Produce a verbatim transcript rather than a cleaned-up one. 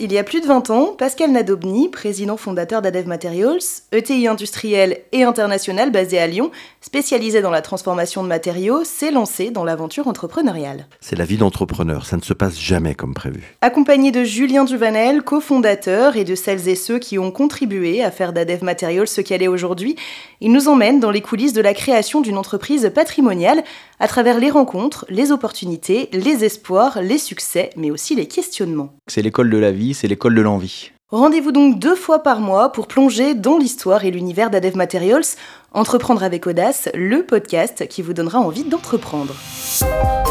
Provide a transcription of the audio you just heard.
Il y a plus de vingt ans, Pascal Nadobny, président fondateur d'Adev Materials, E T I industriel et international basé à Lyon, spécialisé dans la transformation de matériaux, s'est lancé dans l'aventure entrepreneuriale. C'est la vie d'entrepreneur, ça ne se passe jamais comme prévu. Accompagné de Julien Duvanel, cofondateur, et de celles et ceux qui ont contribué à faire d'Adev Materials ce qu'elle est aujourd'hui, il nous emmène dans les coulisses de la création d'une entreprise patrimoniale à travers les rencontres, les opportunités, les espoirs, les succès, mais aussi les questionnements. C'est l'école de la vie, c'est l'école de l'envie. Rendez-vous donc deux fois par mois pour plonger dans l'histoire et l'univers d'Adev Materials. Entreprendre avec audace, le podcast qui vous donnera envie d'entreprendre.